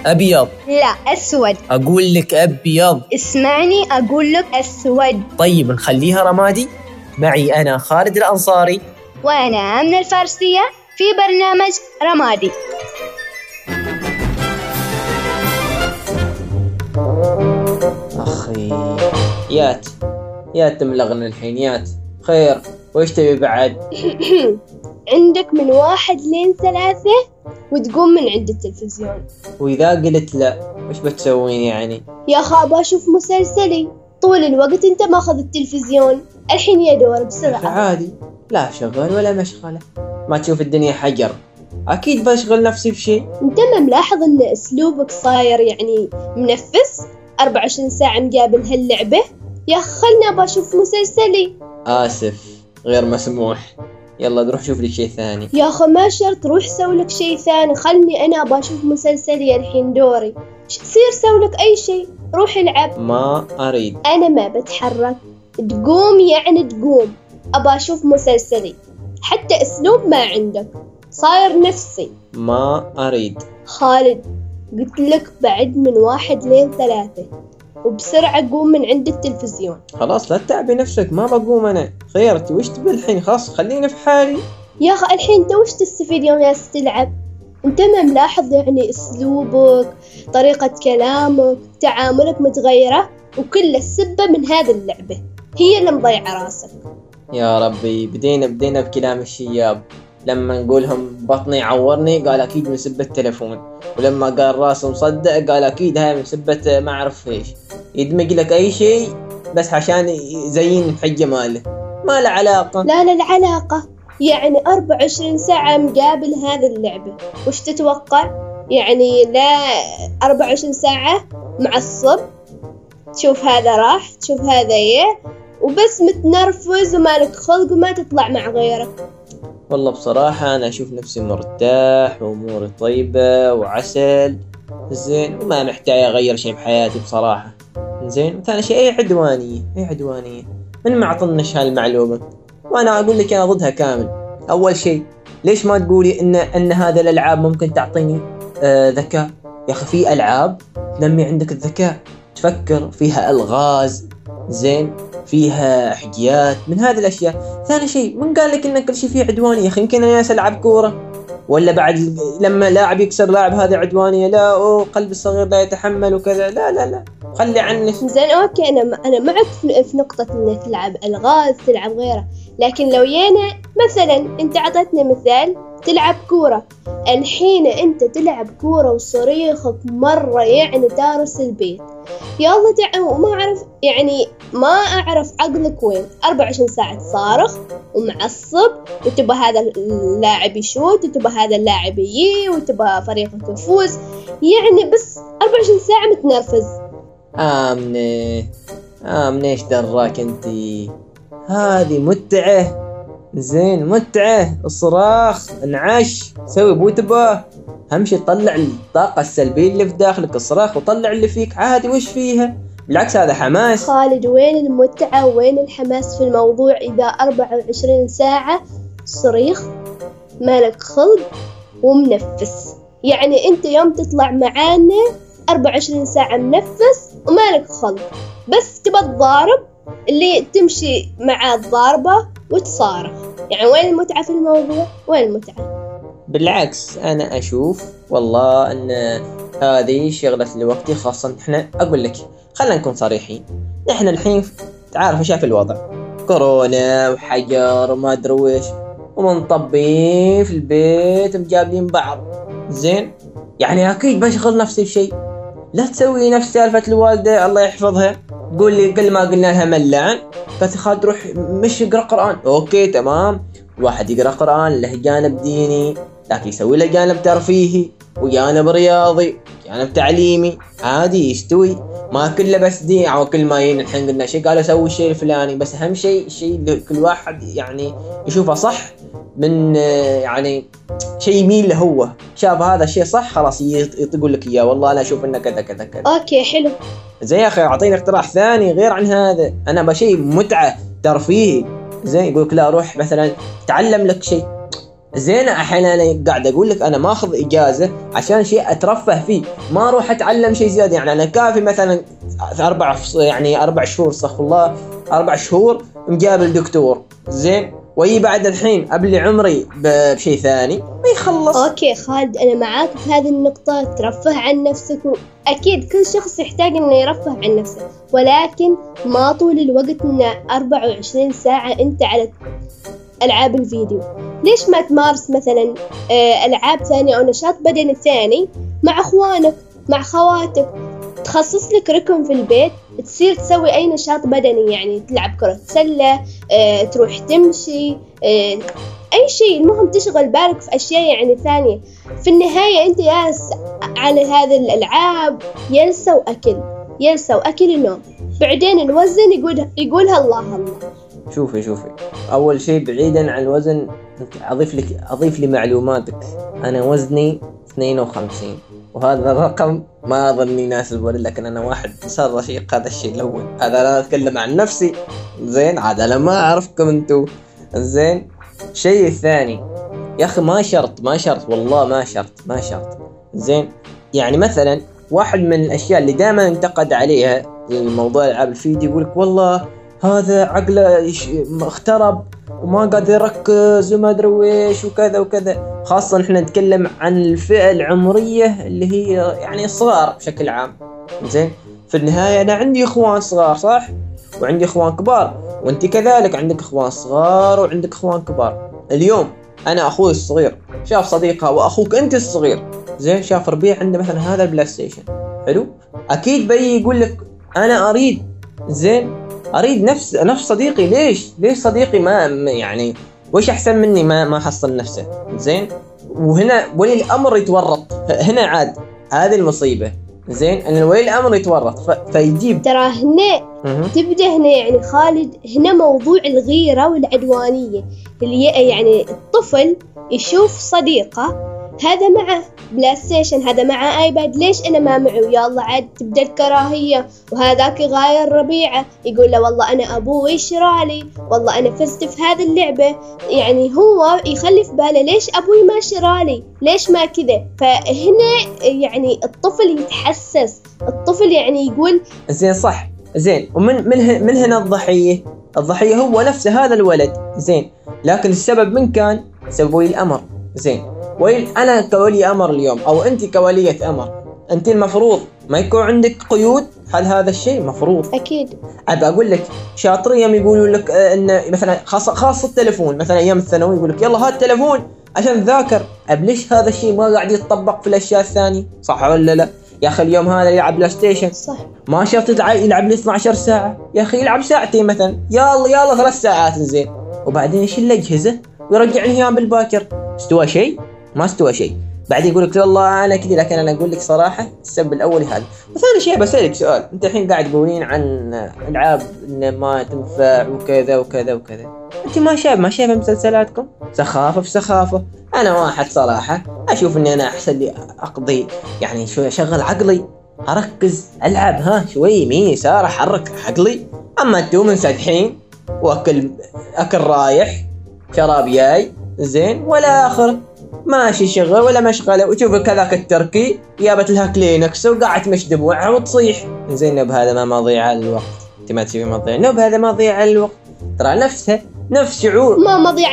أبيض. لا، أسود. أقول لك أبيض. اسمعني أقول لك أسود. طيب نخليها رمادي. معي أنا خالد الأنصاري وأنا آمنة الفارسية في برنامج رمادي. أخي يات تملغنا الحين يات. خير وإيش تبي بعد؟ عندك من 1 لين 3 وتقوم من عند التلفزيون. وإذا قلت لا وإيش بتسوين يعني؟ يا خابا أشوف مسلسلي طول الوقت أنت ماخذ التلفزيون. الحين يا دور بسرعة. عادي، لا شغل ولا مشغلة، ما تشوف الدنيا حجر. أكيد بشغل نفسي بشيء. أنت ما ملاحظ أن أسلوبك صاير يعني منفس 24 ساعة مقابل هاللعبة؟ يا خلنا بشوف مسلسلي. آسف، غير مسموح. يلا نروح شوف لي شيء ثاني. يا أخي ما شرط روح سولك شيء ثاني، خلني أنا بشوف مسلسلي الحين دوري. سير سولك أي شيء، روح العب. ما أريد. أنا ما بتحرك، تقوم يعني تقوم. أبى أشوف مسلسلي. حتى أسلوب ما عندك، صاير نفسي. ما أريد. خالد قلت لك بعد من 1 لين 3 وبسرعة قوم من عند التلفزيون. خلاص لا تتعبي نفسك، ما بقوم أنا. خيرتي وش تبي الحين؟ خلاص خليني في حالي. يا أخي الحين انت وش تستفيد يوم جالس تلعب؟ انت ما ملاحظ يعني اسلوبك، طريقة كلامك، تعاملك متغيرة، وكل السبة من هذه اللعبة، هي اللي مضيعة راسك. يا ربي، بدينا بكلام الشياب. لما نقولهم بطني عورني قال أكيد من سبة التلفون، ولما قال راسه مصدق قال أكيد هاي من سبة ما أعرف إيش. يدمج لك أي شيء بس عشان يزين حجة ماله، ما له علاقة. لا العلاقة، يعني 24 ساعة مقابل هذه اللعبة. وش تتوقع؟ يعني لا 24 ساعة معصب، تشوف هذا راح تشوف هذا وبس متنرفز ومالك خلق وما تطلع مع غيرك. والله بصراحة أنا أشوف نفسي مرتاح وأموري طيبة وعسل زين، وما محتاج أغير شيء بحياتي بصراحة. زين، وثاني شيء أي عدوانية من ما عطنش هالمعلومة، وأنا أقول لك أنا ضدها كامل. أول شيء ليش ما تقولي إن هذا الألعاب ممكن تعطيني ذكاء؟ يا أخي في ألعاب تنمي عندك الذكاء، تفكر فيها ألغاز، زين، فيها حجيات من هذه الأشياء. ثاني شيء من قال لك إن كل شيء فيه عدوانية؟ يا أخي يمكن أنا ألعب كورة ولا بعد لما لاعب يكسر لاعب هذا عدوانية؟ لا، قلب الصغير لا يتحمل وكذا. لا خلي عنك. زين اوكي، انا معك في نقطة انك تلعب الغاز تلعب غيره، لكن لو يانا مثلا انت عطيتنا مثال تلعب كورة، الحين انت تلعب كورة وصريخك مرة يعني تارس البيت. يلا ما اعرف عقلك وين. 24 ساعة تصارخ ومعصب، وتبى هذا اللاعب يشوت، وتبى هذا اللاعب وتبى فريقك يفوز، يعني بس 24 ساعة متنرفز. آمنة ايش دراك انتي؟ هذه متعة. زين، متعة، الصراخ، انعش، سوي بوتبه، همشي طلع الطاقة السلبية اللي في داخلك، الصراخ وطلع اللي فيك عادي. وش فيها؟ بالعكس هذا حماس. خالد وين المتعة وين الحماس في الموضوع إذا 24 ساعة صريخ مالك خلق ومنفس؟ يعني انت يوم تطلع معانا 24 ساعة منفس ومالك خلق، بس تبى تضارب اللي تمشي مع الضاربة وتصارخ. يعني وين المتعة في الموضوع؟ وين المتعة؟ بالعكس أنا أشوف والله أن هذه شغلة لوقتي، خاصة إحنا أقول لك خلنا نكون صريحين. إحنا الحين تعرف شايف الوضع، كورونا وحجر وما أدري ويش، ومنطبين في البيت مجابلين بعض. زين، يعني أكيد بشغل نفسي بشيء. لا تسوي نفس سالفة الوالدة الله يحفظها، تقول لي كل ما قلنا لها ملان قالت خالد روح مش يقرأ قرآن. أوكي تمام، الواحد يقرأ قرآن له جانب ديني، لكن يسوي له جانب ترفيهي وجانب رياضي جانب تعليمي، عادي يستوي. ما كله بس دين أو كل ما الحين قلنا شيء قالوا سوي الشيء الفلاني. بس أهم شيء كل واحد يعني يشوفه صح، من يعني شيء يميل له، هو شاف هذا الشيء صح خلاص يقول لك إياه والله أنا أشوف إنه كذا كذا كذا. أوكي حلو. زي يا أخي أعطيني اقتراح ثاني غير عن هذا، أنا بشيء متعة ترفيهي. زين، يقولك لا روح مثلا تعلم لك شيء، زين الحين انا قاعد اقول لك انا ماخذ اجازه عشان شيء اترفه فيه، ما اروح اتعلم شيء زياده. يعني انا كافي مثلا 4 شهور، استغفر الله، 4 شهور مقابل دكتور زين، وي بعد الحين ابلي عمري بشيء ثاني ما يخلص. اوكي خالد، انا معاك في هذه النقطة، ترفه عن نفسك، اكيد كل شخص يحتاج انه يرفه عن نفسه، ولكن ما طول الوقت انه 24 ساعة انت على العاب الفيديو. ليش ما تمارس مثلا العاب ثانية او نشاط بدني ثاني مع اخوانك، مع خواتك، تخصص لك ركن في البيت تصير تسوي أي نشاط بدني، يعني تلعب كرة سلة، تروح تمشي، أي شيء، المهم تشغل بالك في أشياء يعني ثانية. في النهاية أنت ياس على هذه الألعاب، يلسى وأكل النوم، بعدين الوزن يقولها الله. شوفي أول شيء بعيدا عن الوزن، أضيف لي معلوماتك. أنا وزني 52، وهذا الرقم ما أظن يناسب، لكن أنا واحد صار رشيق. هذا الشيء الأول، هذا أنا أتكلم عن نفسي زين، عاد أنا ما أعرفكم أنتوا زين. الشيء الثاني يا أخي ما شرط والله ما شرط زين. يعني مثلا واحد من الأشياء اللي دائما انتقد عليها الموضوع ألعاب الفيديو، يقولك والله هذا عقله اخترب وما قادر يركز وما أدري ويش وكذا. خاصة إحنا نتكلم عن الفئة العمرية اللي هي يعني الصغار بشكل عام زين. في النهاية أنا عندي إخوان صغار صح، وعندي إخوان كبار، وأنت كذلك عندك إخوان صغار وعندك إخوان كبار. اليوم أنا أخوي الصغير شاف صديقه، وأخوك أنت الصغير زين شاف ربيع عنده مثلا هذا البلاي ستيشن حلو، أكيد يقول لك أنا أريد نفس صديقي. ليش صديقي ما يعني وش أحسن مني ما حصل نفسه زين؟ وهنا ولي الأمر يتورط، هنا عاد هذه المصيبة زين، أن ولي الأمر يتورط فيجيب. ترى هنا تبدأ هنا يعني خالد، هنا موضوع الغيرة والعدوانية، اللي يعني الطفل يشوف صديقه هذا معه بلاي ستيشن، هذا معه ايباد، ليش انا ما معه؟ يلا عاد تبدا الكراهيه، وهذاك يغاير ربيعه يقول له والله انا ابوي شرالي، والله انا فزت في هذه اللعبه. يعني هو يخلي في باله ليش ابوي ما شرالي، ليش ما كذا. فهنا يعني الطفل يتحسس، الطفل يعني يقول زين صح زين. ومن هنا الضحيه هو نفسه هذا الولد زين، لكن السبب من كان سبب ولي الامر زين. أنا كولي أمر اليوم أو أنت كولية أمر، أنت المفروض ما يكون عندك قيود حل هذا الشيء، مفروض أكيد. أبى أقول لك شاطرين يقولوا لك إن مثلا خاصة التلفون، مثلا أيام الثانوي يقول لك يلا هات التلفون عشان تذاكر. ليش هذا الشيء ما قاعد يتطبق في الأشياء الثانية؟ صح ولا لا؟ يا أخي اليوم هذا يلعب بلاي ستيشن صح، ما شرط يلعب لي 12 ساعة، يا أخي يلعب ساعتين مثلا، يلا 3 ساعات زين، وبعدين يشيل الأجهزة ويرجعني إياهم بالباكر. استوى شيء؟ ما استوى شيء. بعدين يقول لك والله انا كذا، لكن انا اقول لك صراحه السبب الاول هذا. وثاني شيء بسالك سؤال، انت الحين قاعد تقولين عن العاب ان ما تنفع وكذا، انت ما شايفه مسلسلاتكم سخافه في سخافه؟ انا واحد صراحه اشوف اني انا احسن لي اقضي يعني شوي اشغل عقلي، اركز العب شوي يمين يسار احرك عقلي. اما انتم منسدحين واكل رايح شراب جاي زين، ولا اخر ماشي شغل ولا مشغله، وتشوف كذاك التركي جابت لها كلينكس وقاعد تمش دموعها وتصيح زين. بهذا ما مضيع الوقت، انت ما تسوي مضيع بهذا ما ضيع الوقت، ترى نفس شعور ما مضيع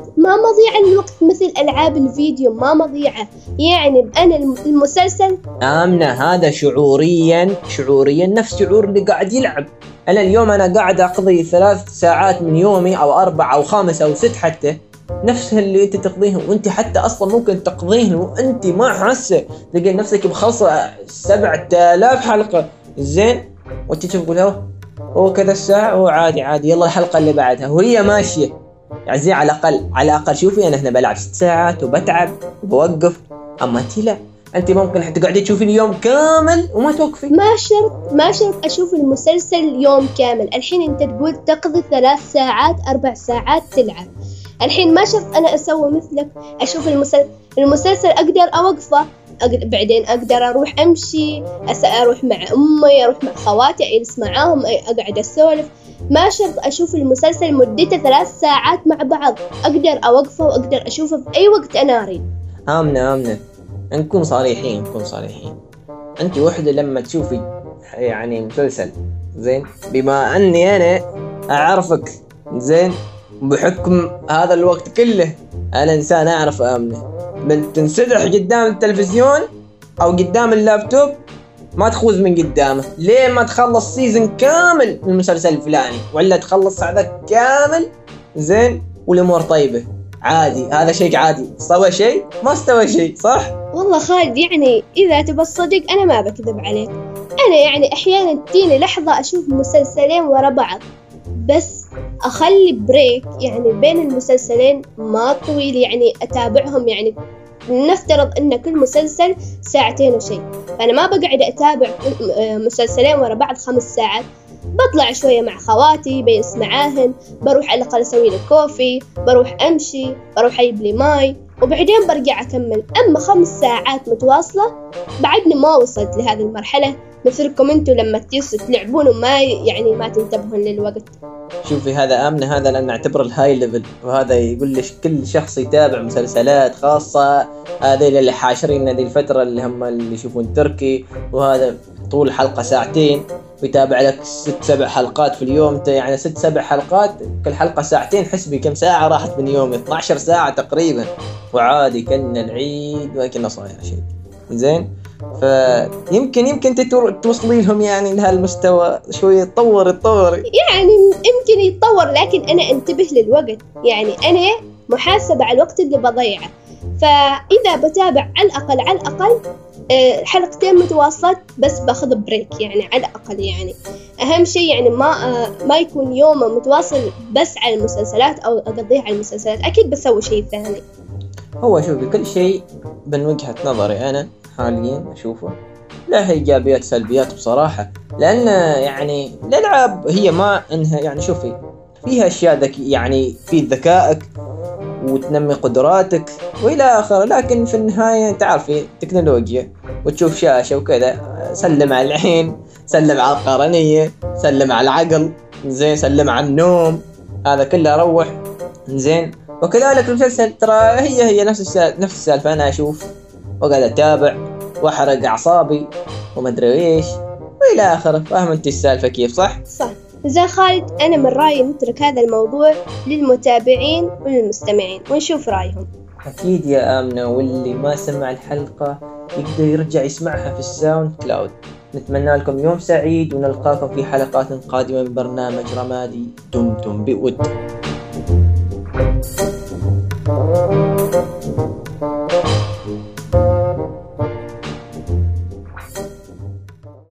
الوقت مثل العاب الفيديو، ما مضيعه. يعني انا المسلسل آمنة هذا شعوريا نفس شعور اللي قاعد يلعب. انا اليوم انا قاعد اقضي 3 ساعات من يومي او 4 أو 5 أو 6 حتى، نفس اللي انت تقضيهم، وانت حتى اصلا ممكن تقضيهم وانت ما حاسه، تلقى نفسك مخلصه 7000 حلقه زين، وانت تقول هو كذا الساعه، هو عادي يلا الحلقه اللي بعدها وهي ماشيه. يعني زي على الاقل شوفي انا هنا بلعب 6 ساعات وبتعب وبوقف، اما انت لا، انت ممكن حتى قاعده تشوفي اليوم كامل وما توقفي. ما شرط اشوف المسلسل يوم كامل. الحين انت تقول تقضي 3 ساعات 4 ساعات تلعب، الحين ما شرط أنا أسوي مثلك، أشوف المسلسل أقدر أوقفه بعدين أقدر أروح أمشي، أروح مع أمي، أروح مع خواتي، أجلس معاهم، أقعد أسولف. ما شرط أشوف المسلسل مدته 3 ساعات مع بعض، أقدر أوقفه وأقدر أشوفه في أي وقت أنا أريد. آمنة نكون صريحين. أنت وحدة لما تشوفي يعني مسلسل زين، بما أني أنا أعرفك زين بحكم هذا الوقت كله، أنا إنسان أعرف آمنة تنسدح قدام التلفزيون أو قدام اللابتوب ما تخوز من قدامه ليه ما تخلص سيزن كامل من المسلسل الفلاني، ولا تخلص هذا كامل زين والأمور طيبة عادي. هذا شيء عادي. استوى شيء ما استوى شيء، صح؟ والله خالد يعني إذا تبى الصدق أنا ما بكذب عليك، أنا يعني أحيانا تجيني لحظة أشوف مسلسلين ورا بعض، بس أخلي بريك يعني بين المسلسلين ما طويل، يعني أتابعهم. يعني نفترض أن كل مسلسل 2 ساعة وشيء، فأنا ما بقعد أتابع مسلسلين ورا بعض 5 ساعات. بطلع شوية مع خواتي، بجلس معاهن، بروح على الأقل أسوي لي كوفي، بروح أمشي، بروح أجيب لي ماي، وبعدين برجع أكمل. أما 5 ساعات متواصلة بعدني ما وصلت لهذه المرحلة مثلكم انتوا لما تجلسوا تلعبون وما يعني ما تنتبهون للوقت. شوفي هذا آمنة، هذا لأن نعتبر الهاي ليفل، وهذا يقول لك كل شخص يتابع مسلسلات خاصة. هذا اللي حاشرين هذه الفترة اللي هم اللي يشوفون تركي، وهذا طول حلقة 2 ساعات ويتابع لك 6-7 حلقات في اليوم. يعني 6-7 حلقات كل حلقة 2 ساعات، حسبي كم ساعة راحت من يوم؟ 12 ساعة تقريبا، وعادي كنا العيد ما كنا صاير شيء زين. فيمكن توصلي لهم يعني لهالمستوى شوية. تطور يعني يمكن يتطور، لكن أنا انتبه للوقت. يعني أنا محاسبة على الوقت اللي بضيعه، فإذا بتابع على الأقل 2 حلقات متواصلات، بس باخذ بريك يعني على الأقل. يعني أهم شيء يعني ما يكون يومه متواصل بس على المسلسلات أو أقضيه على المسلسلات، أكيد بسوي شيء ثاني. هو شوفي كل شيء من وجهة نظري أنا حاليا أشوفه له إيجابيات سلبيات بصراحة، لأن يعني الألعاب هي ما إنها يعني شوفي فيها أشياء يعني في ذكائك وتنمي قدراتك وإلى آخره، لكن في النهاية تعرفي تكنولوجيا وتشوف شاشة وكذا، سلم على العين، سلم على القرنية، سلم على العقل زين، سلم على النوم، هذا كله روح زين. وكذلك المسلسل ترى هي نفس السالفة. أنا أشوف وقاعد أتابع وأحرق أعصابي وما أدري إيش وإلى آخره. فاهم أنت السالفة كيف؟ صح؟ زين خالد، أنا من رأيي نترك هذا الموضوع للمتابعين وللمستمعين ونشوف رأيهم. أكيد يا آمنة، واللي ما سمع الحلقة يقدر يرجع يسمعها في الساوند كلاود. نتمنى لكم يوم سعيد، ونلقاكم في حلقات قادمة من برنامج رمادي. دمتم بود.